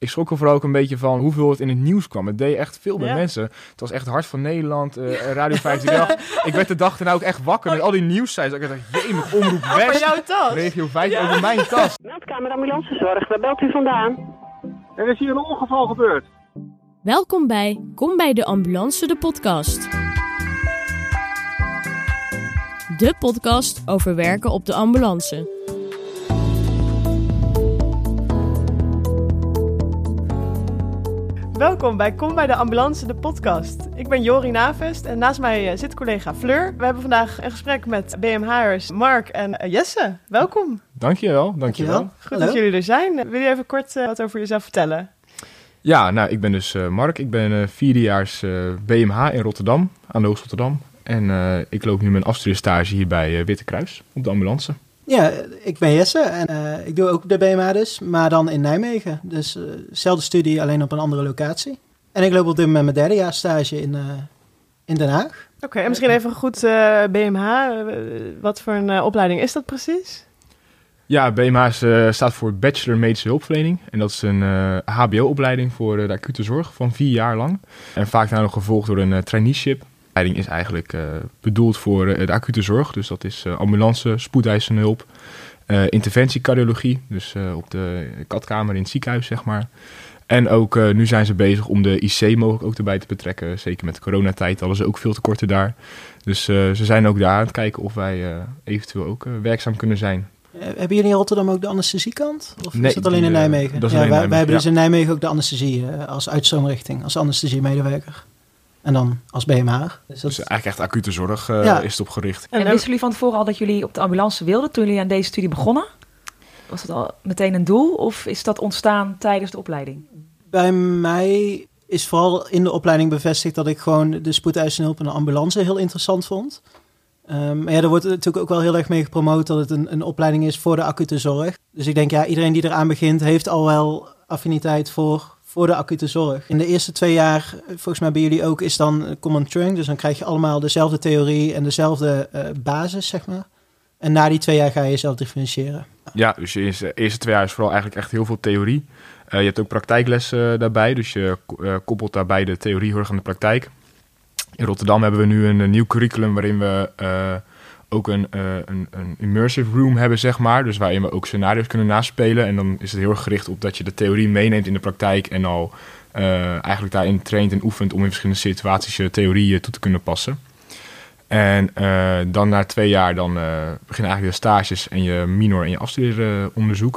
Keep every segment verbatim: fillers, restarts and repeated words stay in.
Ik schrok er vooral ook een beetje van hoeveel het in het nieuws kwam. Het deed echt veel met Ja. mensen. Het was echt Hart van Nederland, uh, Radio vijfhonderddertig. Ik werd de dag erna ook echt wakker met al die nieuwssites. Ik dacht, jemig, Omroep Voor West, jouw tas. Regio vijf over mijn tas. Meldkamer ambulancezorg, waar belt u vandaan? Er is hier een ongeval gebeurd. Welkom bij Kom bij de Ambulance, de podcast. De podcast over werken op de ambulance. Welkom bij Kom bij de Ambulance, de podcast. Ik ben Jori Navest en naast mij uh, zit collega Fleur. We hebben vandaag een gesprek met B M H'ers Mark en uh, Jesse. Welkom. Dankjewel, dankjewel. Goed Hallo. dat jullie er zijn. Wil je even kort uh, wat over jezelf vertellen? Ja, nou, ik ben dus uh, Mark. Ik ben uh, vierdejaars uh, B M H in Rotterdam, aan de Hogeschool Rotterdam. En uh, ik loop nu mijn afstudeerstage hier bij uh, Witte Kruis, op de ambulance. Ja, ik ben Jesse en uh, ik doe ook de B M H dus, maar dan in Nijmegen. Dus uh, dezelfde studie, alleen op een andere locatie. En ik loop op dit moment mijn derdejaarstage in, uh, in Den Haag. Oké, okay, en misschien even goed uh, B M H. Uh, wat voor een uh, opleiding is dat precies? Ja, B M H is, uh, staat voor Bachelor Medische Hulpverlening. En dat is een uh, H B O-opleiding voor uh, de acute zorg van vier jaar lang. En vaak daarna nog gevolgd door een uh, traineeship. De opleiding is eigenlijk uh, bedoeld voor uh, de acute zorg. Dus dat is uh, ambulance, spoedeisende hulp, uh, interventiecardiologie. Dus uh, op de katkamer in het ziekenhuis, zeg maar. En ook uh, nu zijn ze bezig om de I C mogelijk ook erbij te betrekken. Zeker met de coronatijd hadden ze ook veel tekorten daar. Dus uh, ze zijn ook daar aan het kijken of wij uh, eventueel ook uh, werkzaam kunnen zijn. Uh, hebben jullie in Rotterdam ook de anesthesiekant? Of Nee, is dat alleen die, in Nijmegen? Uh, dat is ja, alleen wij, Nijmegen, wij hebben ja. dus in Nijmegen ook de anesthesie uh, als uitstroomrichting, als anesthesiemedewerker. En dan als B M H. Dus dat Dus eigenlijk echt acute zorg uh, Ja. is het op gericht. En En wisten jullie van tevoren al dat jullie op de ambulance wilden toen jullie aan deze studie begonnen? Was dat al meteen een doel of is dat ontstaan tijdens de opleiding? Bij mij is vooral in de opleiding bevestigd dat ik gewoon de spoedeisende hulp en de ambulance heel interessant vond. Um, maar ja, er wordt natuurlijk ook wel heel erg mee gepromoot dat het een, een opleiding is voor de acute zorg. Dus ik denk, ja, iedereen die eraan begint heeft al wel affiniteit voor, voor de acute zorg. In de eerste twee jaar, volgens mij bij jullie ook, is dan Common Trunk. Dus dan krijg je allemaal dezelfde theorie en dezelfde uh, basis, zeg maar. En na die twee jaar ga je jezelf differentiëren. Ja, dus je eerste, eerste twee jaar is vooral eigenlijk echt heel veel theorie. Uh, je hebt ook praktijklessen uh, daarbij, dus je uh, koppelt daarbij de theorie heel erg aan de praktijk. In Rotterdam hebben we nu een, een nieuw curriculum waarin we uh, ook een, uh, een, een immersive room hebben, zeg maar. Dus waarin we ook scenario's kunnen naspelen. En dan is het heel erg gericht op dat je de theorie meeneemt in de praktijk en al uh, eigenlijk daarin traint en oefent om in verschillende situaties je theorie toe te kunnen passen. En uh, dan na twee jaar dan uh, beginnen eigenlijk de stages en je minor en je afstudeeronderzoek.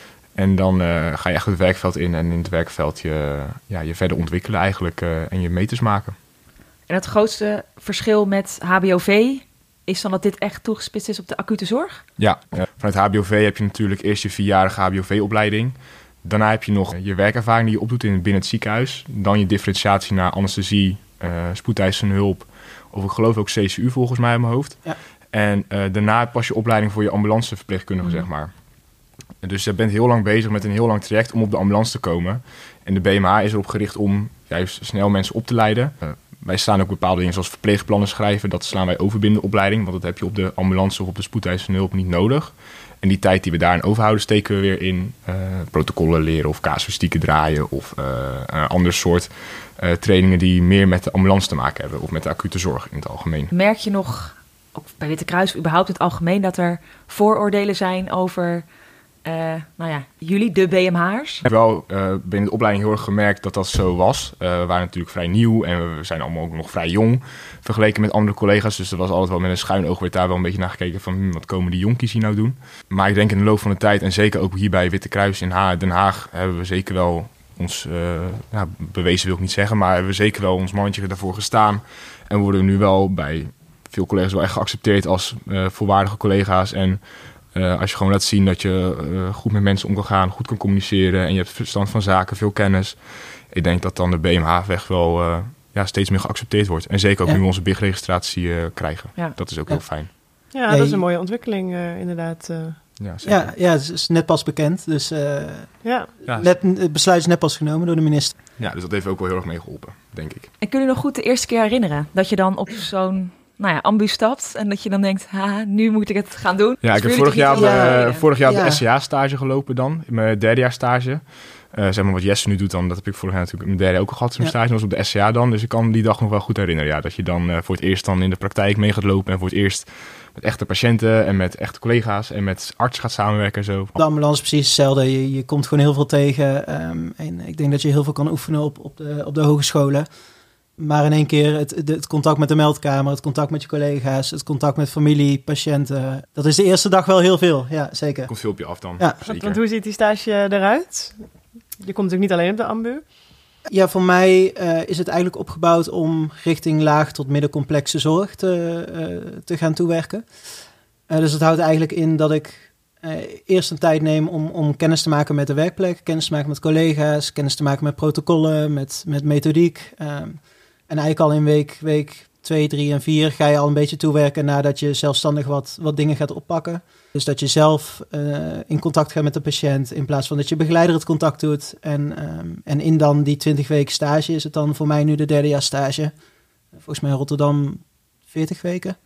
En dan uh, ga je echt het werkveld in en in het werkveld je, ja, je verder ontwikkelen eigenlijk uh, en je meters maken. En het grootste verschil met H B O V is dan dat dit echt toegespitst is op de acute zorg? Ja, uh, vanuit H B O V heb je natuurlijk eerst je vierjarige H B O V-opleiding. Daarna heb je nog je werkervaring die je opdoet in, binnen het ziekenhuis. Dan je differentiatie naar anesthesie, uh, spoedeisende hulp. Of ik geloof ook C C U volgens mij in mijn hoofd. Ja. En uh, daarna pas je opleiding voor je ambulanceverpleegkundige, mm. zeg maar. Dus je bent heel lang bezig met een heel lang traject om op de ambulance te komen. En de B M H is erop gericht om juist snel mensen op te leiden. Uh, wij staan ook bepaalde dingen zoals verpleegplannen schrijven. Dat slaan wij over binnen de opleiding. Want dat heb je op de ambulance of op de spoedeisende hulp niet nodig. En die tijd die we daarin overhouden steken we weer in uh, protocollen leren of casuïstieken draaien. Of uh, een ander soort uh, trainingen die meer met de ambulance te maken hebben. Of met de acute zorg in het algemeen. Merk je nog, ook bij Witte Kruis, überhaupt in het algemeen, dat er vooroordelen zijn over uh, nou ja, jullie, de B M H'ers? Ik heb wel uh, binnen de opleiding heel erg gemerkt dat dat zo was. Uh, we waren natuurlijk vrij nieuw en we zijn allemaal ook nog vrij jong vergeleken met andere collega's. Dus er was altijd wel met een schuin oog werd daar wel een beetje naar gekeken van hm, wat komen die jonkies hier nou doen. Maar ik denk in de loop van de tijd en zeker ook hier bij Witte Kruis in Ha- Den Haag hebben we zeker wel ons, uh, ja, bewezen wil ik niet zeggen, maar hebben we zeker wel ons mandje daarvoor gestaan. En worden we nu wel bij veel collega's wel echt geaccepteerd als uh, volwaardige collega's. En uh, als je gewoon laat zien dat je uh, goed met mensen om kan gaan, goed kan communiceren en je hebt verstand van zaken, veel kennis. Ik denk dat dan de B M H-weg wel uh, ja, steeds meer geaccepteerd wordt. En zeker ook Ja. nu we onze B I G-registratie uh, krijgen. Ja. Dat is ook Ja. heel fijn. Ja, Nee. dat is een mooie ontwikkeling uh, inderdaad. Uh, Ja, zeker. Ja, ja, het is net pas bekend. Dus uh, ja. Ja, net, het besluit is net pas genomen door de minister. ja, dus dat heeft ook wel heel erg mee geholpen, denk ik. En kun je nog goed de eerste keer herinneren dat je dan op zo'n nou ja, ambu stapt en dat je dan denkt, ha, nu moet ik het gaan doen? Ja, Dus ik heb voor vorig jullie jaar, toch op niet de, heel lang vorig jaar op de Ja. S C A-stage gelopen dan, in mijn derdejaarstage. Uh, zeg maar wat Jesse nu doet dan, dat heb ik vorig jaar natuurlijk in mijn derde ook al gehad. Zo'n Ja. stage was op de S C A dan. Dus ik kan die dag nog wel goed herinneren. Ja, dat je dan uh, voor het eerst dan in de praktijk mee gaat lopen. En voor het eerst met echte patiënten en met echte collega's en met artsen gaat samenwerken en zo. Op de ambulance is precies hetzelfde. Je, je komt gewoon heel veel tegen. Um, en ik denk dat je heel veel kan oefenen op, op, de, op de hogescholen. Maar in één keer het, het contact met de meldkamer, het contact met je collega's, het contact met familie, patiënten. Dat is de eerste dag wel heel veel. Ja, zeker. Komt veel op je af dan. Ja. Want, Zeker. want hoe ziet die stage eruit? Je komt natuurlijk niet alleen op de ambu. Ja, voor mij uh, is het eigenlijk opgebouwd om richting laag tot midden complexe zorg te, uh, te gaan toewerken. Uh, dus het houdt eigenlijk in dat ik uh, eerst een tijd neem om, om kennis te maken met de werkplek, kennis te maken met collega's, kennis te maken met protocollen, met, met methodiek. Um, en eigenlijk al in week, week twee, drie en vier ga je al een beetje toewerken nadat je zelfstandig wat, wat dingen gaat oppakken. Dus dat je zelf uh, in contact gaat met de patiënt in plaats van dat je begeleider het contact doet. En, um, en in dan die twintig weken stage is het dan voor mij nu de derde jaar stage. Volgens mij in Rotterdam veertig weken.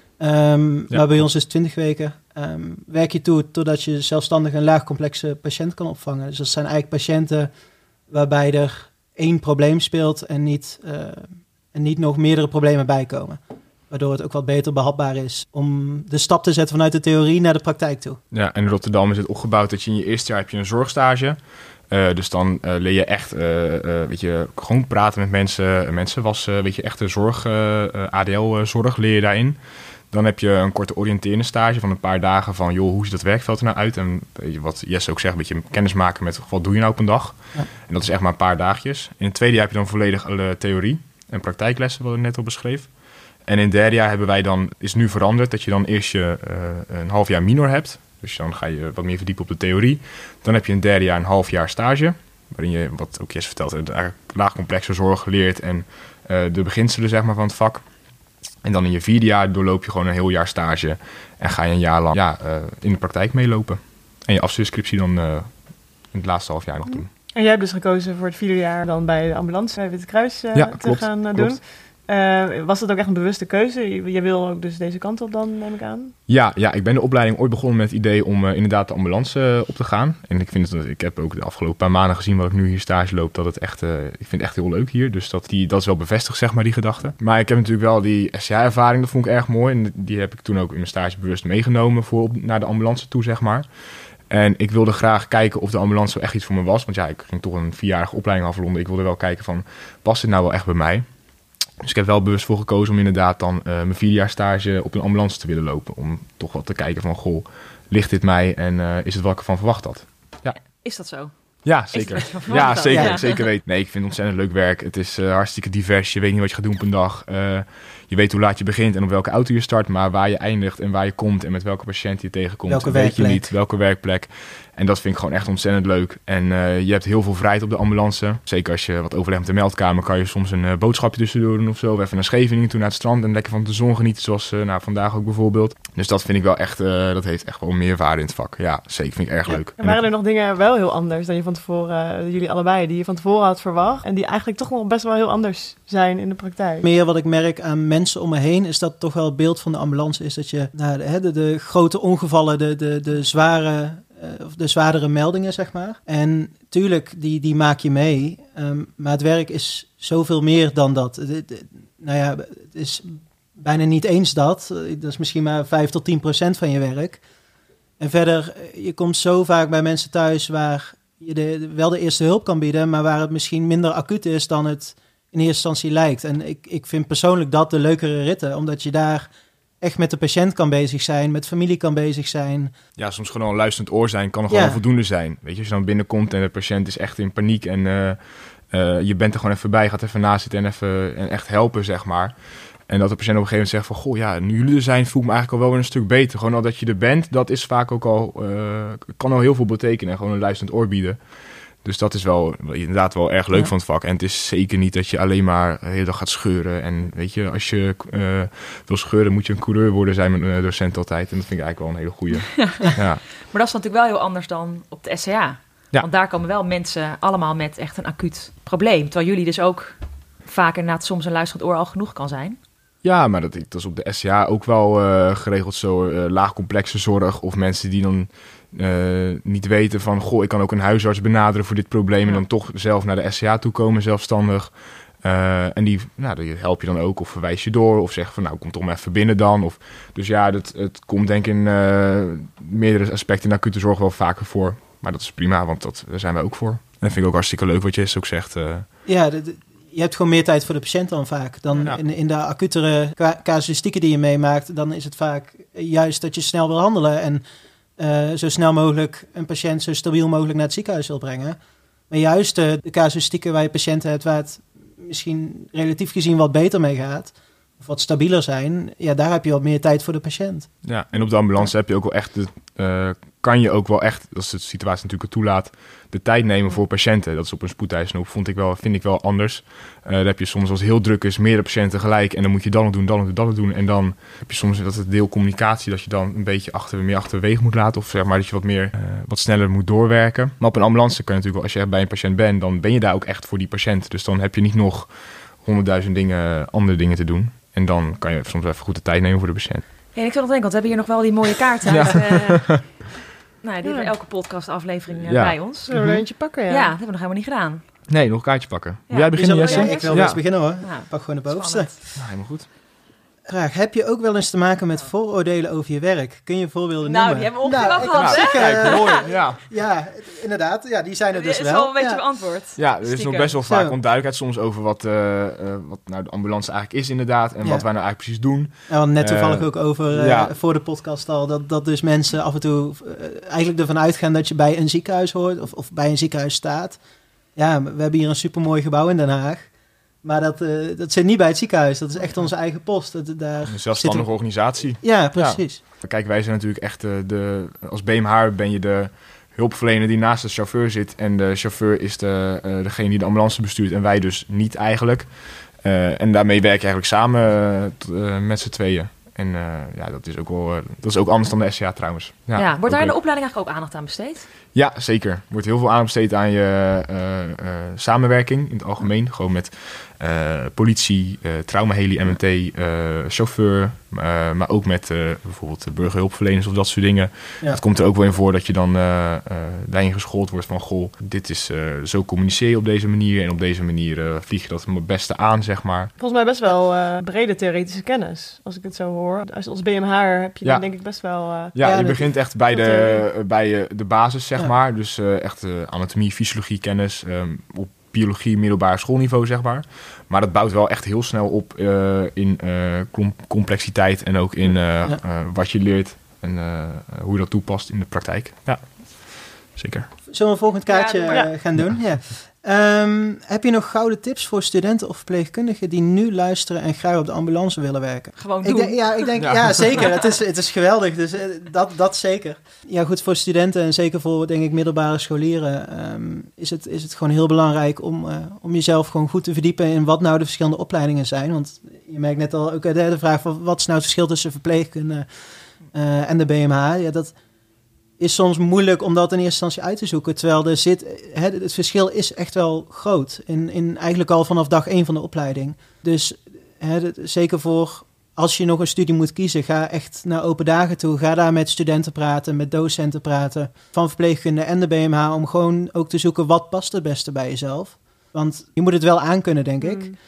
Um, Ja. Maar bij ons is het twintig weken. Um, werk je toe totdat je zelfstandig een laagcomplexe patiënt kan opvangen. Dus dat zijn eigenlijk patiënten waarbij er één probleem speelt en niet, uh, en niet nog meerdere problemen bijkomen. Waardoor het ook wat beter behapbaar is om de stap te zetten vanuit de theorie naar de praktijk toe. Ja, en in Rotterdam is het opgebouwd dat je in je eerste jaar heb je een zorgstage. Uh, dus dan uh, leer je echt, uh, uh, weet je, gewoon praten met mensen, mensen wassen, weet je, echte zorg, uh, uh, A D L-zorg leer je daarin. Dan heb je een korte oriënterende stage van een paar dagen van, joh, hoe ziet dat werkveld er nou uit? En weet je, wat Jesse ook zegt, een beetje kennis maken met wat doe je nou op een dag? Ja. En dat is echt maar een paar dagjes. In het tweede jaar heb je dan volledig uh, theorie en praktijklessen, wat ik net al beschreef. En in het derde jaar hebben wij dan, is nu veranderd, dat je dan eerst je uh, een half jaar minor hebt. Dus dan ga je wat meer verdiepen op de theorie. Dan heb je in het derde jaar een half jaar stage, waarin je, wat ook Jesse vertelt, eigenlijk laagcomplexe zorg leert en uh, de beginselen zeg maar, van het vak. En dan in je vierde jaar doorloop je gewoon een heel jaar stage en ga je een jaar lang ja, uh, in de praktijk meelopen. En je afstudeerscriptie dan uh, in het laatste half jaar nog doen. En jij hebt dus gekozen voor het vierde jaar dan bij de ambulance bij Witte Kruis uh, Ja, te klopt, gaan uh, klopt. doen. Uh, was dat ook echt een bewuste keuze? Je, je wil ook dus deze kant op dan, neem ik aan? Ja, ja, ik ben de opleiding ooit begonnen met het idee om uh, inderdaad de ambulance uh, op te gaan. En ik vind het, ik heb ook de afgelopen paar maanden gezien wat ik nu hier stage loop, dat het echt, uh, ik vind het echt heel leuk hier. Dus dat, die, dat is wel bevestigd, zeg maar, die gedachte. Maar ik heb natuurlijk wel die S C A-ervaring, dat vond ik erg mooi. En die heb ik toen ook in mijn stage bewust meegenomen voor op, naar de ambulance toe, zeg maar. En ik wilde graag kijken of de ambulance wel echt iets voor me was. Want ja, ik ging toch een vierjarige opleiding afronden. Ik wilde wel kijken van, past dit nou wel echt bij mij? Dus ik heb wel bewust voor gekozen om inderdaad dan uh, mijn vierjaarstage op een ambulance te willen lopen. Om toch wat te kijken van, goh, ligt dit mij en uh, is het wat ik ervan verwacht had? Ja, Is dat zo? ja het zeker. wat je van Ja, verwacht had? zeker, Ja. zeker weten. Nee, ik vind het ontzettend leuk werk. Het is uh, hartstikke divers. Je weet niet wat je gaat doen op een dag. Uh, je weet hoe laat je begint en op welke auto je start. Maar waar je eindigt en waar je komt en met welke patiënt je tegenkomt, Welke weet je werkplek. niet. Welke werkplek. En dat vind ik gewoon echt ontzettend leuk. En uh, je hebt heel veel vrijheid op de ambulance. Zeker als je wat overlegt met de meldkamer, kan je soms een uh, boodschapje tussendoor doen of zo. Even naar Scheveningen toe naar het strand en lekker van de zon genieten, zoals uh, nou, vandaag ook bijvoorbeeld. Dus dat vind ik wel echt, uh, dat heeft echt wel meerwaarde in het vak. Ja, zeker. Vind ik erg leuk. En waren er nog dingen wel heel anders dan je van tevoren, uh, jullie allebei, die je van tevoren had verwacht en die eigenlijk toch nog best wel heel anders zijn in de praktijk? Meer wat ik merk aan mensen om me heen is dat toch wel het beeld van de ambulance is dat je nou, de, de, de grote ongevallen, de, de, de zware uh, of de zwaardere meldingen, zeg maar. En tuurlijk, die, die maak je mee. Um, maar het werk is zoveel meer dan dat. De, de, nou ja, het is bijna niet eens dat. Dat is misschien maar vijf tot tien procent van je werk. En verder, je komt zo vaak bij mensen thuis waar je de, wel de eerste hulp kan bieden, maar waar het misschien minder acuut is dan het in eerste instantie lijkt. En ik, ik vind persoonlijk dat de leukere ritten, omdat je daar echt met de patiënt kan bezig zijn, met familie kan bezig zijn. Ja, soms gewoon een luisterend oor zijn kan nog Ja. gewoon voldoende zijn. Weet je, als je dan binnenkomt en de patiënt is echt in paniek en uh, uh, je bent er gewoon even bij, gaat even naast zitten en even en echt helpen, zeg maar. En dat de patiënt op een gegeven moment zegt van, goh, ja, nu jullie er zijn, voel ik me eigenlijk al wel weer een stuk beter. Gewoon al dat je er bent, dat is vaak ook al, uh, kan al heel veel betekenen. Gewoon een luisterend oor bieden. Dus dat is wel inderdaad wel erg leuk Ja. van het vak. En het is zeker niet dat je alleen maar de hele dag gaat scheuren. En weet je, als je uh, wil scheuren, moet je een coureur worden, zei mijn uh, docent altijd. En dat vind ik eigenlijk wel een hele goeie. Ja. Maar dat is natuurlijk wel heel anders dan op de S C A. Ja. Want daar komen wel mensen allemaal met echt een acuut probleem. Terwijl jullie dus ook vaak inderdaad soms een luisterend oor al genoeg kan zijn. Ja, maar dat, dat is op de S C A ook wel uh, geregeld zo. Uh, laagcomplexe zorg of mensen die dan uh, niet weten van... goh, ik kan ook een huisarts benaderen voor dit probleem... Ja. en dan toch zelf naar de S C H toe komen, zelfstandig. Uh, en die, nou, die help je dan ook of verwijs je door... of zeg van, nou, kom toch maar even binnen dan. Of, dus ja, dat, het komt denk ik in uh, meerdere aspecten in de acute zorg wel vaker voor. Maar dat is prima, want dat, daar zijn wij ook voor. En dat vind ik ook hartstikke leuk wat je ook zegt. Uh, Ja, de, de, je hebt gewoon meer tijd voor de patiënt dan vaak. Dan Ja. in, in de acutere ca- casuïstieken die je meemaakt... dan is het vaak juist dat je snel wil handelen... en uh, zo snel mogelijk een patiënt zo stabiel mogelijk naar het ziekenhuis wil brengen. Maar juist uh, de casuïstieken waar je patiënten hebt... waar het misschien relatief gezien wat beter mee gaat... of wat stabieler zijn... ja, daar heb je wat meer tijd voor de patiënt. Ja, en op de ambulance heb je ook wel echt... De, uh, kan je ook wel echt, als de situatie natuurlijk het toelaat... de tijd nemen voor patiënten. Dat is op een spoedeisenoop, vond ik wel, vind ik wel anders. Uh, daar heb je soms, als het heel druk is, meerdere patiënten gelijk... en dan moet je dan nog doen, dan nog doen, dan nog doen. En dan heb je soms dat het deel communicatie... dat je dan een beetje achter, meer achterwege moet laten... of zeg maar dat je wat meer, uh, wat sneller moet doorwerken. Maar op een ambulance kan je natuurlijk wel... als je echt bij een patiënt bent, dan ben je daar ook echt voor die patiënt. Dus dan heb je niet nog honderdduizend dingen, andere dingen te doen... En dan kan je soms even goed de tijd nemen voor de patiënt. Ja, en ik zat nog denken, want we hebben hier nog wel die mooie kaarten. Ja. Uit, uh, nou, ja, die Ja. hebben we elke podcastaflevering uh, Ja. bij ons. Zullen we er eentje pakken? Ja. Ja. dat hebben we nog helemaal niet gedaan. Nee, nog een kaartje pakken. Wil Ja. jij beginnen, Wie Jesse? zal- ja, ik wil Ja. best beginnen hoor. Nou, Pak gewoon de bovenste. spannend. Nou, helemaal goed. Graag. Heb je ook wel eens te maken met vooroordelen over je werk? Kun je voorbeelden Nou, noemen? die hebben we ongeveer al ik gehad, op hè? zich, Kijk, eh, mooi. Ja. Ja, inderdaad. Ja, die zijn er Dit dus is wel. wel een beetje ja. beantwoord. Ja, er is nog Stiekem. best wel vaak Zo. onduidelijkheid soms over wat, uh, uh, wat nou de ambulance eigenlijk is inderdaad. En Ja. wat wij nou eigenlijk precies doen. En wat net toevallig Eh, ook over, uh, ja. voor de podcast al, dat, dat dus mensen af en toe uh, eigenlijk ervan uitgaan dat je bij een ziekenhuis hoort of, of bij een ziekenhuis staat. Ja, we hebben hier een supermooi gebouw in Den Haag. Maar dat, uh, dat zit niet bij het ziekenhuis. Dat is echt onze eigen post. Dat, daar Een zitten zelfstandige we- organisatie. Ja, precies. Kijk, wij zijn natuurlijk echt uh, de... Als B M H ben je de hulpverlener die naast de chauffeur zit. En de chauffeur is de, uh, degene die de ambulance bestuurt. En wij dus niet eigenlijk. Uh, en daarmee werk je eigenlijk samen uh, t- uh, met z'n tweeën. En uh, ja, dat is ook wel... Uh, dat is ook anders dan de S C H trouwens. Ja, Ja, wordt daar in ook de opleiding eigenlijk ook aandacht aan besteed? Ja, zeker. Er wordt heel veel aandacht besteed aan je uh, uh, samenwerking in het algemeen. Gewoon met uh, politie, uh, traumaheli, M N T, uh, chauffeur. Uh, maar ook met uh, bijvoorbeeld de burgerhulpverleners of dat soort dingen. Ja. Het komt er ook wel in voor dat je dan uh, uh, daarin geschoold wordt van... goh, dit is uh, zo communiceer je op deze manier... en op deze manier uh, vlieg je dat het beste aan, zeg maar. Volgens mij best wel uh, brede theoretische kennis, als ik het zo hoor. Als, als B M H'er heb je Ja. dan denk ik best wel... Uh, Ja, Ja, je dat- begint echt bij dat, de, uh, bij uh, de basis, zeg Ja. maar. Dus uh, echt uh, anatomie, fysiologie, kennis... Um, op biologie, middelbaar schoolniveau, zeg maar. Maar dat bouwt wel echt heel snel op uh, in uh, com- complexiteit... en ook in uh, Ja. uh, wat je leert en uh, hoe je dat toepast in de praktijk. Ja, zeker. Zullen we een volgend kaartje Ja, uh, gaan doen? Ja. Um, heb je nog gouden tips voor studenten of verpleegkundigen... die nu luisteren en graag op de ambulance willen werken? Gewoon Ik doen. denk, ja, ik denk, ja. Ja. zeker. Het is, het is geweldig. Dus uh, dat, dat zeker. Ja, goed, voor studenten en zeker voor, denk ik, middelbare scholieren... Um, is, het, is het gewoon heel belangrijk om, uh, om jezelf gewoon goed te verdiepen... in wat nou de verschillende opleidingen zijn. Want je merkt net al ook de, de vraag van... wat is nou het verschil tussen verpleegkunde uh, en de B M H? Ja, dat is soms moeilijk om dat in eerste instantie uit te zoeken. Terwijl er zit, hè, het verschil is echt wel groot. In, in eigenlijk al vanaf dag één van de opleiding. Dus hè, dat- zeker voor als je nog een studie moet kiezen, ga echt naar open dagen toe. Ga daar met studenten praten, met docenten praten. Van verpleegkunde en de B M H. Om gewoon ook te zoeken wat past het beste bij jezelf. Want je moet het wel aankunnen, denk ik. mm.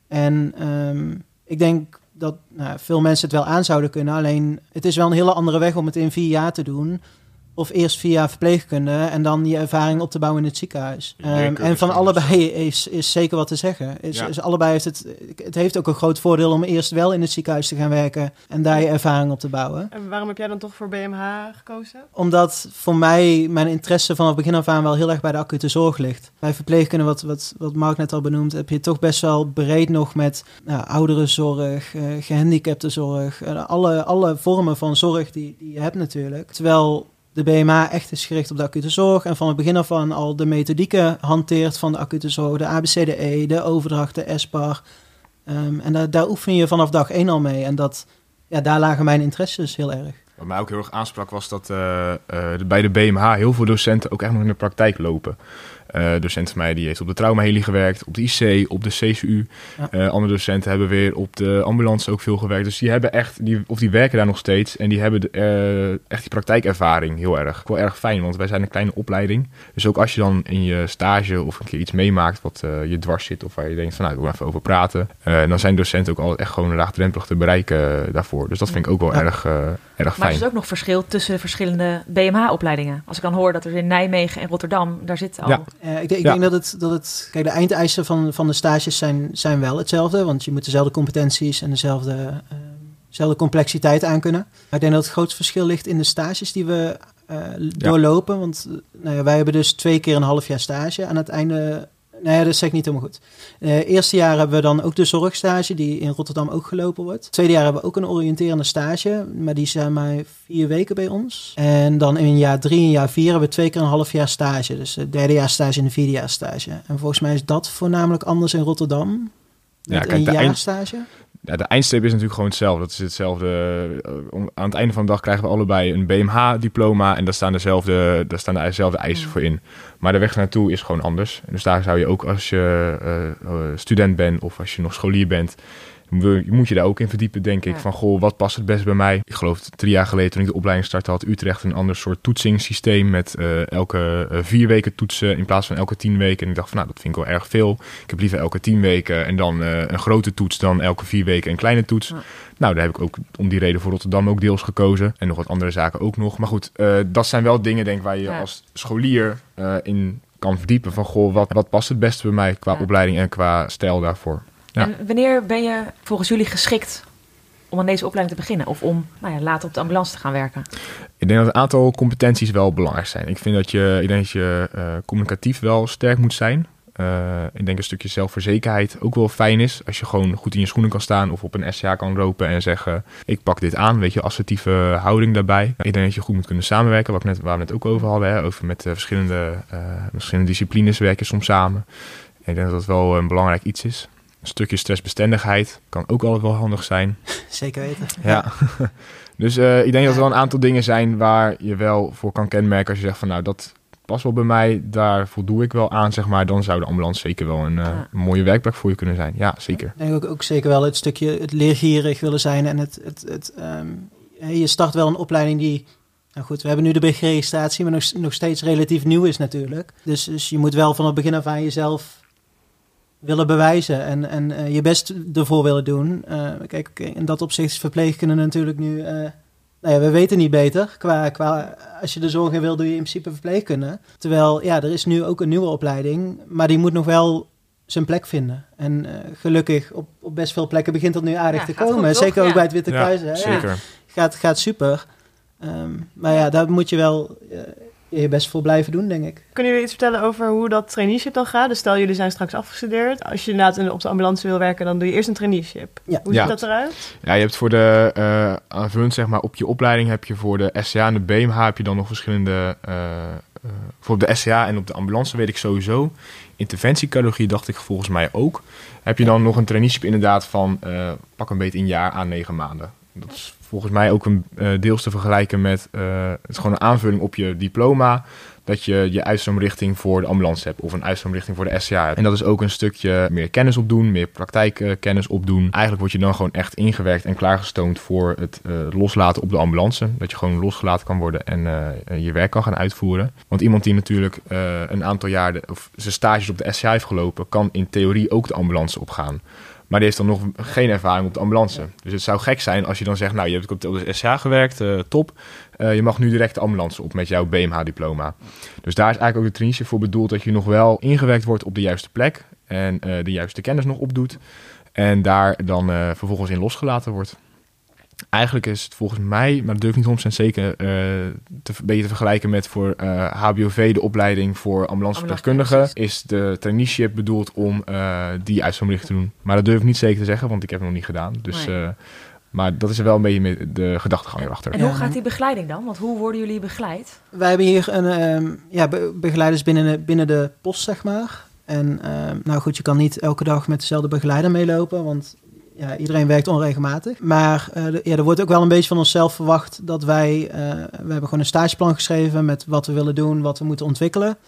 En um, ik denk dat nou, veel mensen het wel aan zouden kunnen. Alleen het is wel een hele andere weg om het in vier jaar te doen. Of eerst vier jaar verpleegkunde en dan je ervaring op te bouwen in het ziekenhuis. Ja, je Um, kunt en van dus allebei is, is zeker wat te zeggen. Is, Ja. is allebei heeft het, het heeft ook een groot voordeel om eerst wel in het ziekenhuis te gaan werken. En daar je ervaring op te bouwen. En waarom heb jij dan toch voor B M H gekozen? Omdat voor mij mijn interesse vanaf begin af aan wel heel erg bij de acute zorg ligt. Bij verpleegkunde, wat, wat, wat Mark net al benoemd, heb je toch best wel breed nog met nou, ouderenzorg, uh, gehandicaptenzorg. Uh, alle, alle vormen van zorg die, die je hebt natuurlijk. Terwijl de B M H echt is gericht op de acute zorg en van het begin af aan al de methodieken hanteert van de acute zorg. De A B C D E, de overdracht, de S P A R. Um, en daar, daar oefen je vanaf dag één al mee. En dat, ja, daar lagen mijn interesses heel erg. Wat mij ook heel erg aansprak was dat uh, uh, bij de B M H heel veel docenten ook echt nog in de praktijk lopen. Uh, docent van mij die heeft op de traumaheli gewerkt, op de I C, op de C C U. Ja. Uh, andere docenten hebben weer op de ambulance ook veel gewerkt. Dus die hebben echt, die, of die werken daar nog steeds. En die hebben de, uh, echt die praktijkervaring heel erg. Wel erg fijn, want wij zijn een kleine opleiding. Dus ook als je dan in je stage of een keer iets meemaakt wat uh, je dwars zit, of waar je denkt van nou, ik wil even over praten. Uh, dan zijn docenten ook altijd echt gewoon laagdrempelig te bereiken uh, daarvoor. Dus dat vind ik ook wel ja. erg, uh, erg fijn. Maar er is ook nog verschil tussen de verschillende B M H-opleidingen. Als ik dan hoor dat er in Nijmegen en Rotterdam, daar zit al... Ja. Uh, ik denk, ik ja. denk dat, het, dat het... Kijk, de eindeisen van, van de stages zijn, zijn wel hetzelfde. Want je moet dezelfde competenties en dezelfde, uh, dezelfde complexiteit aankunnen. Maar ik denk dat het grootste verschil ligt in de stages die we uh, doorlopen. Ja. Want nou ja, wij hebben dus twee keer een half jaar stage. Aan het einde... Nee, dat zeg ik niet helemaal goed. Uh, eerste jaar hebben we dan ook de zorgstage, die in Rotterdam ook gelopen wordt. Tweede jaar hebben we ook een oriënterende stage, maar die zijn maar vier weken bij ons. En dan in jaar drie en jaar vier hebben we twee keer een half jaar stage. Dus de derde jaar stage en de vierde jaar stage. En volgens mij is dat voornamelijk anders in Rotterdam. Ja, met kijk, een de jaarstage. Eind... Ja, de eindstreep is natuurlijk gewoon hetzelfde. Dat is hetzelfde. Aan het einde van de dag krijgen we allebei een B M H-diploma en daar staan dezelfde, daar staan dezelfde eisen voor in. Maar de weg naartoe is gewoon anders. Dus daar zou je ook als je uh, student bent of als je nog scholier bent, moet je daar ook in verdiepen, denk ik. Ja. Van, goh, wat past het best bij mij? Ik geloof drie jaar geleden, toen ik de opleiding startte, had Utrecht een ander soort toetsingssysteem met uh, elke uh, vier weken toetsen in plaats van elke tien weken. En ik dacht van, nou, dat vind ik wel erg veel. Ik heb liever elke tien weken en dan uh, een grote toets dan elke vier weken een kleine toets. Ja. Nou, daar heb ik ook om die reden voor Rotterdam ook deels gekozen. En nog wat andere zaken ook nog. Maar goed, uh, dat zijn wel dingen, denk ik, waar je ja. als scholier uh, in kan verdiepen. Van, goh, wat, wat past het beste bij mij qua ja. opleiding en qua stijl daarvoor. Ja. En wanneer ben je volgens jullie geschikt om aan deze opleiding te beginnen? Of om nou ja, later op de ambulance te gaan werken? Ik denk dat een aantal competenties wel belangrijk zijn. Ik vind dat je, ik denk dat je uh, communicatief wel sterk moet zijn. Uh, ik denk een stukje zelfverzekerheid ook wel fijn is. Als je gewoon goed in je schoenen kan staan of op een S C A kan lopen en zeggen, ik pak dit aan. Weet je, assertieve houding daarbij. Ik denk dat je goed moet kunnen samenwerken, wat we net, waar we het net ook over hadden. Hè? Over met uh, verschillende, uh, verschillende disciplines werken soms samen. En ik denk dat dat wel een belangrijk iets is. Een stukje stressbestendigheid kan ook altijd wel handig zijn. Zeker weten. Ja. Dus uh, ik denk dat er wel een aantal dingen zijn waar je wel voor kan kenmerken. Als je zegt van nou, dat past wel bij mij, daar voldoe ik wel aan, zeg maar. Dan zou de ambulance zeker wel een, uh, een mooie werkplek voor je kunnen zijn. Ja, zeker. Ik denk ook, ook zeker wel het stukje het leergierig willen zijn. En het, het, het, um, je start wel een opleiding die... Nou goed, we hebben nu de beginregistratie, maar nog, nog steeds relatief nieuw is natuurlijk. Dus, dus je moet wel van het begin af aan jezelf willen bewijzen en, en uh, je best ervoor willen doen. Uh, kijk, in dat opzicht is verpleegkunde natuurlijk nu... Uh, nou ja, we weten niet beter. Qua, qua, als je de zorg in wil, doe je in principe verpleegkunde. Terwijl, ja, er is nu ook een nieuwe opleiding, maar die moet nog wel zijn plek vinden. En uh, gelukkig, op, op best veel plekken begint dat nu aardig ja, te komen. Goed, zeker ook ja. bij het Witte Kruis. Ja, hè? zeker. Ja, gaat, gaat super. Um, maar ja, daar moet je wel... Uh, je best voor blijven doen, denk ik. Kunnen jullie iets vertellen over hoe dat traineeship dan gaat? Dus stel, jullie zijn straks afgestudeerd. Als je inderdaad op de ambulance wil werken, dan doe je eerst een traineeship. Ja. Hoe ziet ja. dat eruit? Ja, je hebt voor de uh, aanvullend, zeg maar, op je opleiding heb je voor de S C A en de B M H heb je dan nog verschillende... Uh, uh, voor op de S C A en op de ambulance weet ik sowieso. Interventiecardiologie dacht ik volgens mij ook. Heb je dan nog een traineeship inderdaad van uh, pak een beetje een jaar aan negen maanden. Dat is volgens mij ook een uh, deels te vergelijken met... Uh, het is gewoon een aanvulling op je diploma... dat je je uitstroomrichting voor de ambulance hebt... of een uitstroomrichting voor de S C A hebt. En dat is ook een stukje meer kennis opdoen... meer praktijkkennis opdoen. Eigenlijk word je dan gewoon echt ingewerkt en klaargestoomd... voor het uh, loslaten op de ambulance. Dat je gewoon losgelaten kan worden... en uh, je werk kan gaan uitvoeren. Want iemand die natuurlijk uh, een aantal jaar... De, of zijn stages op de S C A heeft gelopen... kan in theorie ook de ambulance opgaan... Maar die heeft dan nog geen ervaring op de ambulance. Ja. Dus het zou gek zijn als je dan zegt... nou, je hebt op de S C A gewerkt, uh, top. Uh, je mag nu direct de ambulance op met jouw B M H-diploma. Dus daar is eigenlijk ook de traineeship voor bedoeld... dat je nog wel ingewerkt wordt op de juiste plek... en uh, de juiste kennis nog opdoet... en daar dan uh, vervolgens in losgelaten wordt. Eigenlijk is het volgens mij, maar dat durf ik niet honderd procent zeker... Uh, te, beetje te vergelijken met voor uh, H B O V... de opleiding voor ambulanceverpleegkundigen... is de traineeship bedoeld om uh, die uitstroomrichting te doen. Maar dat durf ik niet zeker te zeggen, want ik heb het nog niet gedaan. Dus, nee. uh, maar dat is er wel een beetje met de gedachtegang erachter. En hoe gaat die begeleiding dan? Want hoe worden jullie begeleid? Wij hebben hier een, um, ja, be- begeleiders binnen de, binnen de post, zeg maar. En um, nou goed, je kan niet elke dag met dezelfde begeleider meelopen... want ja, iedereen werkt onregelmatig. Maar uh, de, ja, er wordt ook wel een beetje van onszelf verwacht dat wij... Uh, we hebben gewoon een stageplan geschreven met wat we willen doen, wat we moeten ontwikkelen.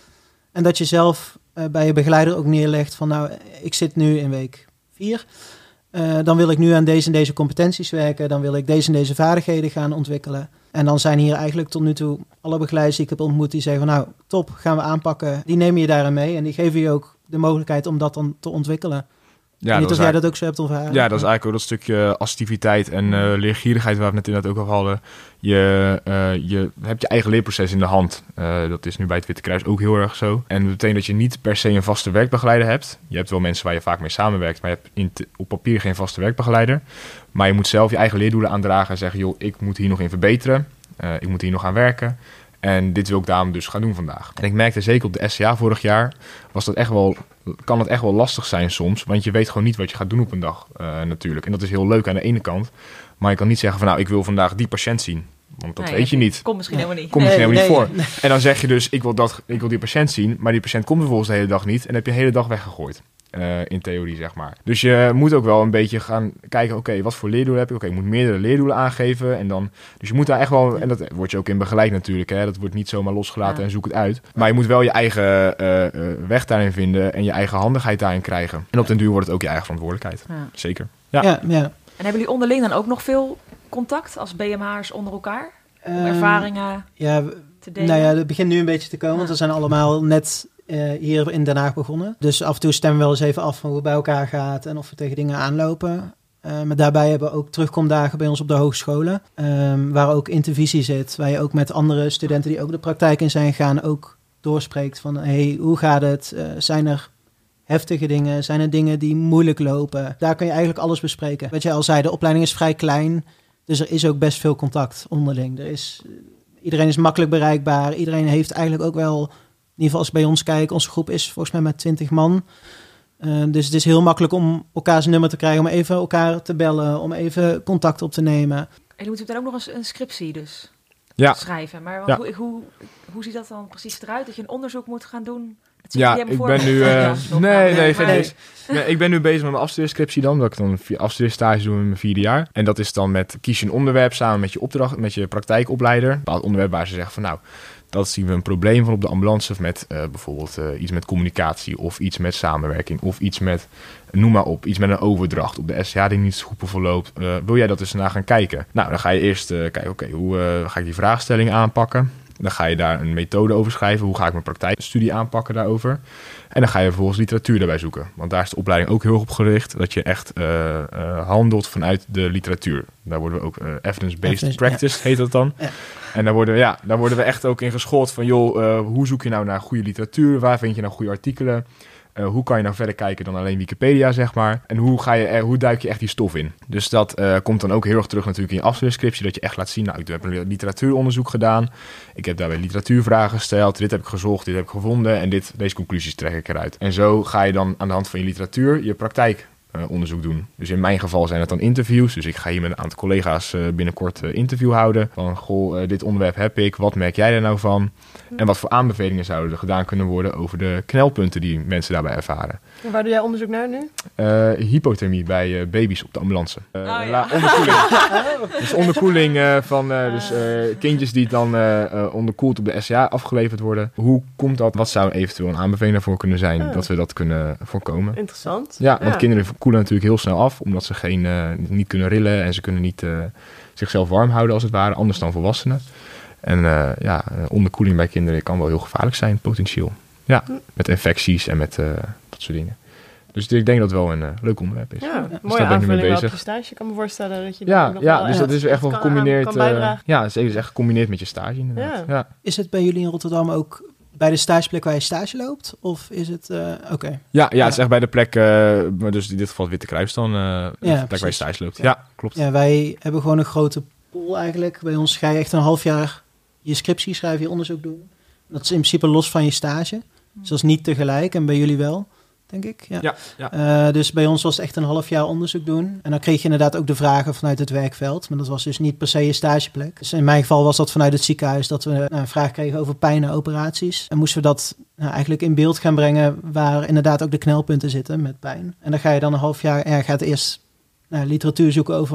En dat je zelf uh, bij je begeleider ook neerlegt van nou, ik zit nu in week vier. Uh, dan wil ik nu aan deze en deze competenties werken. Dan wil ik deze en deze vaardigheden gaan ontwikkelen. En dan zijn hier eigenlijk tot nu toe alle begeleiders die ik heb ontmoet die zeggen van nou, top, gaan we aanpakken. Die nemen je daarin mee en die geven je ook de mogelijkheid om dat dan te ontwikkelen. Ja, niet of jij dat ook zo hebt ervaren. Ja, dat is eigenlijk ook dat stukje assertiviteit en uh, leergierigheid waar we het net inderdaad ook al hadden. Je, uh, je hebt je eigen leerproces in de hand. Uh, dat is nu bij het Witte Kruis ook heel erg zo. En dat betekent dat je niet per se een vaste werkbegeleider hebt. Je hebt wel mensen waar je vaak mee samenwerkt, maar je hebt in t- op papier geen vaste werkbegeleider. Maar je moet zelf je eigen leerdoelen aandragen en zeggen, joh, ik moet hier nog in verbeteren. Uh, ik moet hier nog aan werken. En dit wil ik daarom dus gaan doen vandaag. En ik merkte zeker op de S C A vorig jaar, was dat echt wel, kan het echt wel lastig zijn soms. Want je weet gewoon niet wat je gaat doen op een dag uh, natuurlijk. En dat is heel leuk aan de ene kant. Maar je kan niet zeggen van nou, ik wil vandaag die patiënt zien. Want dat nee, weet je niet. Komt misschien helemaal niet. Komt misschien nee, helemaal nee, niet nee. voor. En dan zeg je dus, ik wil, dat, ik wil die patiënt zien. Maar die patiënt komt vervolgens de hele dag niet. En dan heb je de hele dag weggegooid. Uh, in theorie, zeg maar. Dus je moet ook wel een beetje gaan kijken, oké, okay, wat voor leerdoelen heb ik? Oké, okay, ik moet meerdere leerdoelen aangeven. En dan, dus je moet daar echt wel, en dat wordt je ook in begeleid natuurlijk, hè? Dat wordt niet zomaar losgelaten ja. en zoek het uit. Maar je moet wel je eigen uh, uh, weg daarin vinden en je eigen handigheid daarin krijgen. En op den duur wordt het ook je eigen verantwoordelijkheid. Ja. Zeker. Ja. Ja, ja. En hebben jullie onderling dan ook nog veel contact als B M H'ers onder elkaar? Om um, ervaringen ja, te delen? Nou ja, het begint nu een beetje te komen, ja. want we zijn allemaal net Uh, hier in Den Haag begonnen. Dus af en toe stemmen we wel eens even af van hoe het bij elkaar gaat en of we tegen dingen aanlopen. Uh, maar daarbij hebben we ook terugkomdagen bij ons op de hogescholen, um, waar ook intervisie zit, waar je ook met andere studenten die ook de praktijk in zijn gaan ook doorspreekt van hey, hoe gaat het? Uh, zijn er heftige dingen? Zijn er dingen die moeilijk lopen? Daar kun je eigenlijk alles bespreken. Wat je al zei, de opleiding is vrij klein, dus er is ook best veel contact onderling. Er is, iedereen is makkelijk bereikbaar, iedereen heeft eigenlijk ook wel, in ieder geval als ik bij ons kijk, onze groep is volgens mij met twintig man. Uh, dus het is heel makkelijk om elkaars nummer te krijgen, om even elkaar te bellen, om even contact op te nemen. En je moet dan ook nog eens een scriptie dus ja. schrijven. Maar ja. hoe, hoe, hoe ziet dat dan precies eruit? Dat je een onderzoek moet gaan doen? Ja, ik voor ben nu... Uh, ja, nee, nee, geen nee. nee, ik ben nu bezig met mijn afstudeerscriptie dan. Dat ik dan een afstudeerstage doe in mijn vierde jaar. En dat is dan met, kies je een onderwerp samen met je opdracht, met je praktijkopleider. Een bepaald onderwerp waar ze zeggen van nou, dat zien we een probleem van op de ambulance met uh, bijvoorbeeld uh, iets met communicatie of iets met samenwerking of iets met, noem maar op, iets met een overdracht op de S C A die niet zo goed verloopt. Uh, wil jij dat eens naar gaan kijken? Nou, dan ga je eerst uh, kijken, oké, okay, hoe uh, ga ik die vraagstelling aanpakken? Dan ga je daar een methode over schrijven. Hoe ga ik mijn praktijkstudie aanpakken daarover? En dan ga je vervolgens literatuur daarbij zoeken. Want daar is de opleiding ook heel erg op gericht. Dat je echt uh, uh, handelt vanuit de literatuur. Daar worden we ook uh, evidence-based Evidence, practice, ja. heet dat dan. Ja. En daar worden, we, ja, daar worden we echt ook in geschoold van, joh, uh, hoe zoek je nou naar goede literatuur? Waar vind je nou goede artikelen? Uh, hoe kan je nou verder kijken dan alleen Wikipedia, zeg maar? En hoe, ga je er, hoe duik je echt die stof in? Dus dat uh, komt dan ook heel erg terug natuurlijk in je afstudeerscriptie. Dat je echt laat zien, nou, ik heb een literatuuronderzoek gedaan. Ik heb daarbij literatuurvragen gesteld. Dit heb ik gezocht, dit heb ik gevonden. En dit, deze conclusies trek ik eruit. En zo ga je dan aan de hand van je literatuur je praktijk Uh, onderzoek doen. Dus in mijn geval zijn het dan interviews. Dus ik ga hier met een aantal collega's uh, binnenkort uh, interview houden. Van, goh, uh, dit onderwerp heb ik. Wat merk jij er nou van? En wat voor aanbevelingen zouden er gedaan kunnen worden over de knelpunten die mensen daarbij ervaren? En waar doe jij onderzoek naar nu? Uh, hypothermie bij uh, baby's op de ambulance. Uh, oh, ja. la- onderkoeling. Dus onderkoeling uh, van uh, dus, uh, kindjes die dan uh, uh, onderkoeld op de S C A afgeleverd worden. Hoe komt dat? Wat zou eventueel een aanbeveling daarvoor kunnen zijn? Oh. Dat we dat kunnen voorkomen. Interessant. Ja, want ja. kinderen koelen natuurlijk heel snel af, omdat ze geen, uh, niet kunnen rillen en ze kunnen niet uh, zichzelf warm houden als het ware, anders dan volwassenen. En uh, ja, onderkoeling bij kinderen kan wel heel gevaarlijk zijn, potentieel. Ja, met infecties en met uh, dat soort dingen. Dus ik denk dat het wel een uh, leuk onderwerp is. Ja, dus mooie aanvulling op je stage. Ik kan me voorstellen dat je ja, nog ja, wel dus dat is echt wel gecombineerd. Uh, ja, zeker, is echt gecombineerd met je stage inderdaad. Ja. Ja. Is het bij jullie in Rotterdam ook bij de stageplek waar je stage loopt? Of is het... Uh, Oké. Okay. Ja, ja, ja, het is echt bij de plek... Uh, maar dus in dit geval het Witte Kruis dan. Uh, ja, de plek precies. Waar je stage loopt. Ja. ja, klopt. Ja, wij hebben gewoon een grote pool eigenlijk. Bij ons ga je echt een half jaar je scriptie schrijven, je onderzoek doen. Dat is in principe los van je stage. Dus dat is niet tegelijk. En bij jullie wel, denk ik. Ja. Ja, ja. Uh, dus bij ons was het echt een half jaar onderzoek doen. En dan kreeg je inderdaad ook de vragen vanuit het werkveld. Maar dat was dus niet per se je stageplek. Dus in mijn geval was dat vanuit het ziekenhuis dat we nou, een vraag kregen over pijn en operaties. En moesten we dat nou, eigenlijk in beeld gaan brengen waar inderdaad ook de knelpunten zitten met pijn. En dan ga je dan een half jaar, ja, gaat eerst nou, literatuur zoeken over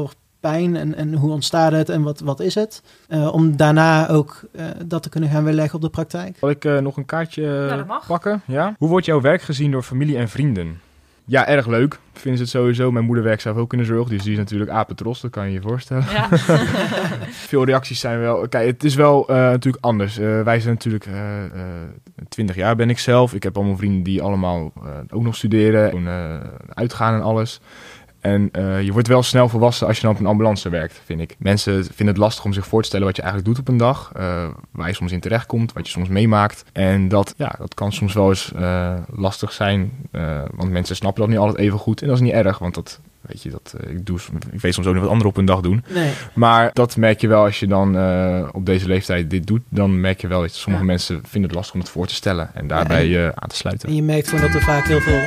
pijn en, en hoe ontstaat het en wat, wat is het? Uh, om daarna ook uh, dat te kunnen gaan weerleggen op de praktijk. Zal ik uh, nog een kaartje Ja, dat mag. pakken? Ja? Hoe wordt jouw werk gezien door familie en vrienden? Ja, erg leuk. Vinden ze het sowieso. Mijn moeder werkt zelf ook in de zorg, dus die is natuurlijk apentros, dat kan je je voorstellen. Ja. Veel reacties zijn wel... Kijk, het is wel uh, natuurlijk anders. Uh, wij zijn natuurlijk... twintig uh, uh, jaar ben ik zelf. Ik heb allemaal vrienden die allemaal uh, ook nog studeren. En, uh, uitgaan en alles. En uh, je wordt wel snel volwassen als je dan op een ambulance werkt, vind ik. Mensen vinden het lastig om zich voor te stellen wat je eigenlijk doet op een dag. Uh, waar je soms in terechtkomt, wat je soms meemaakt. En dat, ja, dat kan soms wel eens uh, lastig zijn. Uh, want mensen snappen dat niet altijd even goed. En dat is niet erg, want dat, weet je, dat, uh, ik, doe, ik weet soms ook niet wat anderen op een dag doen. Nee. Maar dat merk je wel als je dan uh, op deze leeftijd dit doet. Dan merk je wel dat sommige ja. mensen vinden het lastig om het voor te stellen. En daarbij ja, en, uh, aan te sluiten. En je merkt gewoon dat er vaak heel veel...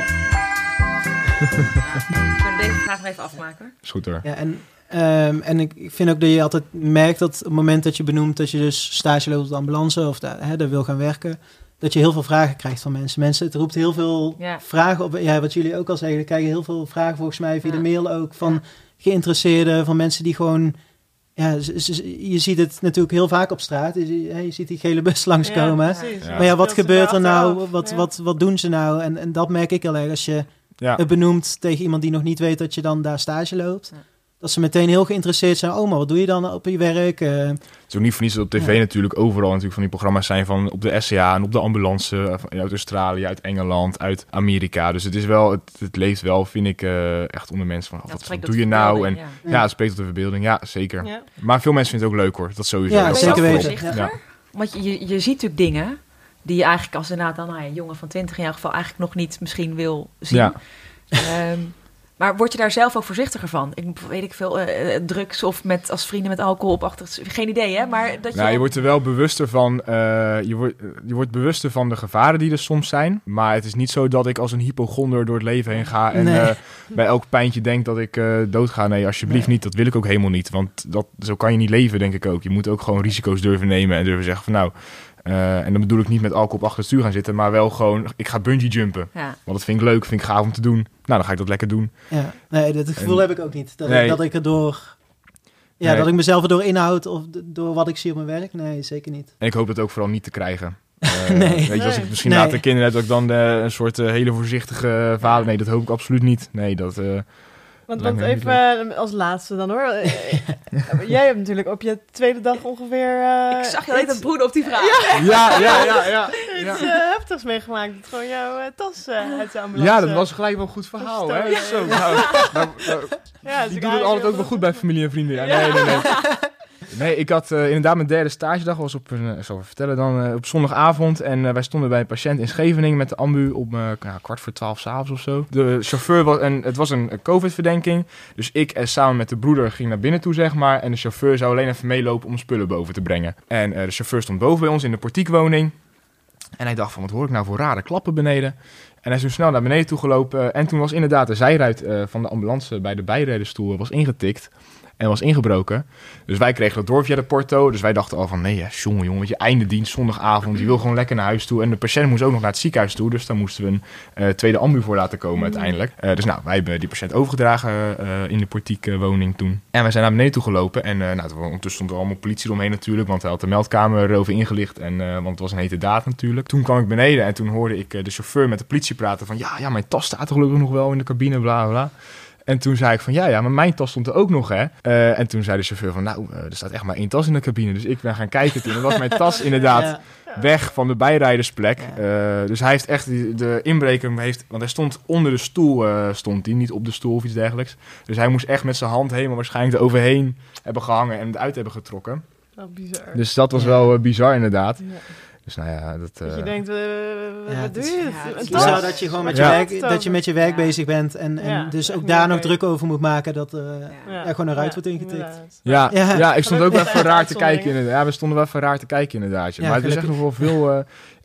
Ik kan deze vraag nog even afmaken. Is goed hoor. Ja, en, um, en ik vind ook dat je altijd merkt dat op het moment dat je benoemt dat je dus stage loopt op de ambulance of daar, hè, daar wil gaan werken, dat je heel veel vragen krijgt van mensen. Mensen, het roept heel veel ja. vragen op. Ja, wat jullie ook al zeggen, er krijgen heel veel vragen volgens mij via ja. de mail ook van ja. geïnteresseerden, van mensen die gewoon... Ja, je ziet het natuurlijk heel vaak op straat. Je, je ziet die gele bus langskomen. Ja, ja. Maar ja, wat gebeurt er nou? Wat, ja. wat, wat doen ze nou? En, en dat merk ik heel erg als je... Ja. Het benoemt tegen iemand die nog niet weet dat je dan daar stage loopt. Ja. Dat ze meteen heel geïnteresseerd zijn. Oh, maar wat doe je dan op je werk? Uh, het is ook niet voor niets dat op tv ja. natuurlijk overal natuurlijk van die programma's zijn van op de S C A en op de ambulance. Uit Australië, uit Engeland, uit Amerika. Dus het is wel, het, het leeft wel, vind ik, uh, echt onder mensen van, oh, wat, wat doe je nou? En ja, ja het spreekt tot de verbeelding. Ja, zeker. Ja. Maar veel mensen vinden het ook leuk hoor. Dat sowieso. Ja, zeker weten. Ja. Want je, je, je ziet natuurlijk dingen die je eigenlijk als inderdaad dan nou, een jongen van twintig in jouw geval eigenlijk nog niet misschien wil zien. Ja. Um, maar word je daar zelf ook voorzichtiger van? Ik weet ik veel, uh, drugs of met als vrienden met alcohol op achter... Geen idee, hè? Maar dat je... Nou, je wordt er wel bewuster van... Uh, je, wordt, je wordt bewuster van de gevaren die er soms zijn. Maar het is niet zo dat ik als een hypochonder door het leven heen ga... en nee. uh, bij elk pijntje denk dat ik uh, doodga. Nee, alsjeblieft nee. niet. Dat wil ik ook helemaal niet. Want dat, zo kan je niet leven, denk ik ook. Je moet ook gewoon risico's durven nemen en durven zeggen van... nou. Uh, en dan bedoel ik niet met alcohol op achter het stuur gaan zitten, maar wel gewoon, ik ga bungee jumpen. Ja. Want dat vind ik leuk, vind ik gaaf om te doen. Nou, dan ga ik dat lekker doen. Ja, nee, dat gevoel en, heb ik ook niet. Dat, nee. ik, dat ik erdoor, ja, nee. dat ik mezelf erdoor inhoud of door wat ik zie op mijn werk. Nee, zeker niet. En ik hoop dat ook vooral niet te krijgen. Uh, nee. Weet je, als ik misschien nee. later kinderen heb, dat ik dan uh, een soort uh, hele voorzichtige vader... Nee, dat hoop ik absoluut niet. Nee, dat... Uh, Want, want even uh, als laatste dan hoor. Jij hebt natuurlijk op je tweede dag ongeveer... Uh, ik zag je altijd broeden op die vraag. Ja, ja, ja. ja, ja, ja. Iets uh, heftigs meegemaakt. Dat gewoon jouw uh, tas uh, uit de ambulance... Ja, dat was gelijk wel een goed verhaal. Hè? Ja. Zo, nou, nou, nou, ja, die doen het altijd ook wel goed bij familie en vrienden. Ja, nee, nee, nee. Nee, ik had uh, inderdaad mijn derde stagedag, was op een, ik zal even vertellen dan, uh, op zondagavond. En uh, wij stonden bij een patiënt in Scheveningen met de ambu op uh, nou, kwart voor twaalf 's avonds of zo. De chauffeur was, en het was een, een COVID-verdenking. Dus ik uh, samen met de broeder ging naar binnen toe, zeg maar. En de chauffeur zou alleen even meelopen om spullen boven te brengen. En uh, de chauffeur stond boven bij ons in de portiekwoning. En hij dacht van, wat hoor ik nou voor rare klappen beneden? En hij is toen snel naar beneden toe gelopen. Uh, en toen was inderdaad de zijruit uh, van de ambulance bij de bijrijdersstoel was ingetikt. En was ingebroken. Dus wij kregen dat door via de porto. Dus wij dachten al van, nee, ja, jongen, jongen, je einde dienst, zondagavond. Je wil gewoon lekker naar huis toe. En de patiënt moest ook nog naar het ziekenhuis toe. Dus daar moesten we een uh, tweede ambu voor laten komen uiteindelijk. Uh, dus nou, wij hebben die patiënt overgedragen uh, in de portiekwoning toen. En wij zijn naar beneden toe gelopen. En uh, nou, ondertussen stond er allemaal politie omheen natuurlijk. Want hij had de meldkamer erover ingelicht. En, uh, want het was een hete daad natuurlijk. Toen kwam ik beneden en toen hoorde ik uh, de chauffeur met de politie praten van... Ja, ja, mijn tas staat er gelukkig nog wel in de cabine, bla, bla. En toen zei ik van, ja, ja, maar mijn tas stond er ook nog, hè. Uh, en toen zei de chauffeur van, nou, uh, er staat echt maar één tas in de cabine. Dus ik ben gaan kijken toen. En was mijn tas inderdaad ja. weg van de bijrijdersplek. Ja. Uh, dus hij heeft echt, die, de inbreker heeft... Want hij stond onder de stoel, uh, stond hij, niet op de stoel of iets dergelijks. Dus hij moest echt met zijn hand helemaal waarschijnlijk er overheen hebben gehangen en het uit hebben getrokken. Wat bizar. Dus dat was ja. wel uh, bizar inderdaad. Ja. Dus nou ja, dat... Uh... Dat je denkt, uh, ja, wat doe je? Ja, het is zo dat je gewoon met je, ja. werk, dat je met je werk ja. bezig bent en, en ja, dus ook daar nog druk over moet maken dat er uh, ja. ja, gewoon eruit ja, wordt ingetikt. Ja, ja. ja, ik stond ook wel even raar te kijken inderdaad. Ja, we stonden wel even raar te kijken inderdaad. Ja. Maar het is echt nog wel veel... Uh,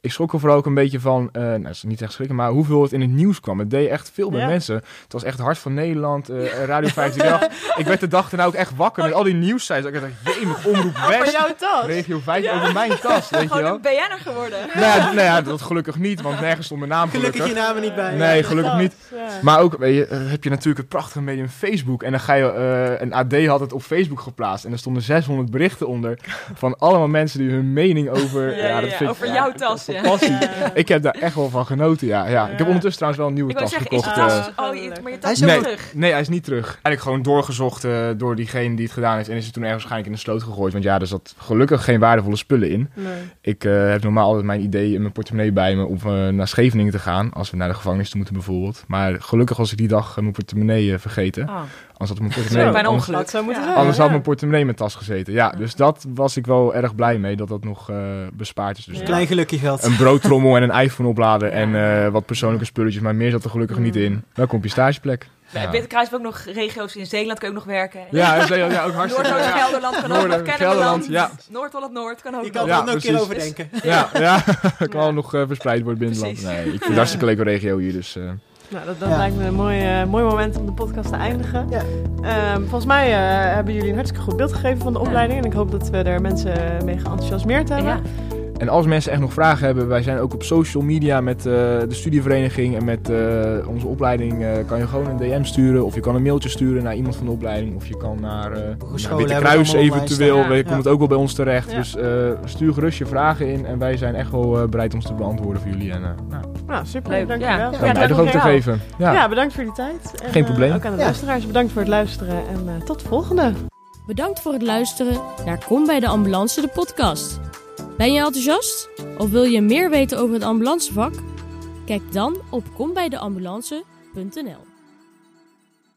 ik schrok er vooral ook een beetje van, uh, nou, dat is niet echt schrikken, maar hoeveel het in het nieuws kwam. Het deed echt veel bij Ja. mensen. Het was echt Hart van Nederland, uh, Radio vijftienhonderddertig. Ik werd de dag erna ook echt wakker met al die nieuwsites. Ik dacht, jee, met Omroep Over West, jouw tas. Regio vijf, over mijn tas, weet je Gewoon wel. een B N'er geworden. Nou ja, nou ja, dat gelukkig niet, want nergens stond mijn naam Gelukkig gelukkig. je naam er niet bij. Nee, Ja, gelukkig tas, niet. ja. Maar ook, weet je, uh, heb je natuurlijk het prachtige medium Facebook. En dan ga je, uh, een A D had het op Facebook geplaatst. En er stonden zeshonderd berichten onder van allemaal mensen die hun mening over... Ja, ja, dat ja, vind ik over jouw tas, ja. fantastisch. Ja, ja. Ik heb daar echt wel van genoten, ja. ja. Ik heb ondertussen trouwens wel een nieuwe Ik wou tas zeggen, is je gekocht. tas... uh, Oh, je, maar je Hij tas is is nee, terug. nee, hij is niet terug. Eigenlijk gewoon doorgezocht uh, door diegene die het gedaan heeft. En is het toen ergens waarschijnlijk in de sloot gegooid. Want ja, er zat gelukkig geen waardevolle spullen in. Nee. Ik uh, heb normaal altijd mijn idee in mijn portemonnee bij me om uh, naar Scheveningen te gaan. Als we naar de gevangenis toe moeten bijvoorbeeld. Maar gelukkig was ik die dag uh, mijn portemonnee uh, vergeten. Oh. Anders had mijn Zo, portemonnee... bijna anders, ongeluk. Dat zou moeten Ja. zijn. anders ja. had mijn portemonnee in mijn tas gezeten. Ja, dus dat was ik wel erg blij mee. Dat dat nog uh, bespaard is. Dus Ja. Klein gelukje geld. een broodtrommel en een iPhone opladen. En uh, wat persoonlijke spulletjes. Maar meer zat er gelukkig niet in. Welkom op je stageplek. Bij Ja. Bitterkruis heb ik ook nog regio's in Zeeland, kan je ook nog werken. Ja, in Zeeland, ja, ook hartstikke... Noord-Holland, ja. Gelderland kan ook Noorden, nog, Kennemerland, Gelderland, ja. Noord-Holland-Noord kan ook Je kan nog. Ja, er nog een keer precies. over denken. Ja, ja. kan wel nog uh, verspreid worden binnen het land. Precies. Nee, ik vind het hartstikke leuke regio hier, dus... Uh, Nou, dat, dat Ja. lijkt me een mooi, uh, mooi moment om de podcast te eindigen. Ja. Ehm, volgens mij uh, hebben jullie een hartstikke goed beeld gegeven van de opleiding. En ik hoop dat we er mensen mee geenthousiasmeerd hebben. Ja. En als mensen echt nog vragen hebben, wij zijn ook op social media met uh, de studievereniging en met uh, onze opleiding. Uh, kan je gewoon een D M sturen of je kan een mailtje sturen naar iemand van de opleiding. Of je kan naar, uh, naar hebben Witte we Kruis allemaal online eventueel. staan. Je Ja. komt het ook wel bij ons terecht. Ja. Dus uh, stuur gerust je vragen in en wij zijn echt wel uh, bereid om ze te beantwoorden voor jullie. En uh, nou, Nou, super. Leuk. Dankjewel. Ja. Ja, dan ben je dank er ook te wel. geven. Ja. Ja. bedankt voor die tijd. En, Geen uh, probleem. ook aan de Ja. luisteraars, bedankt voor het luisteren. En uh, tot de volgende. Bedankt voor het luisteren naar Kom bij de Ambulance, de podcast. Ben je enthousiast? Of wil je meer weten over het ambulancevak? Kijk dan op kom bij de ambulance punt n l.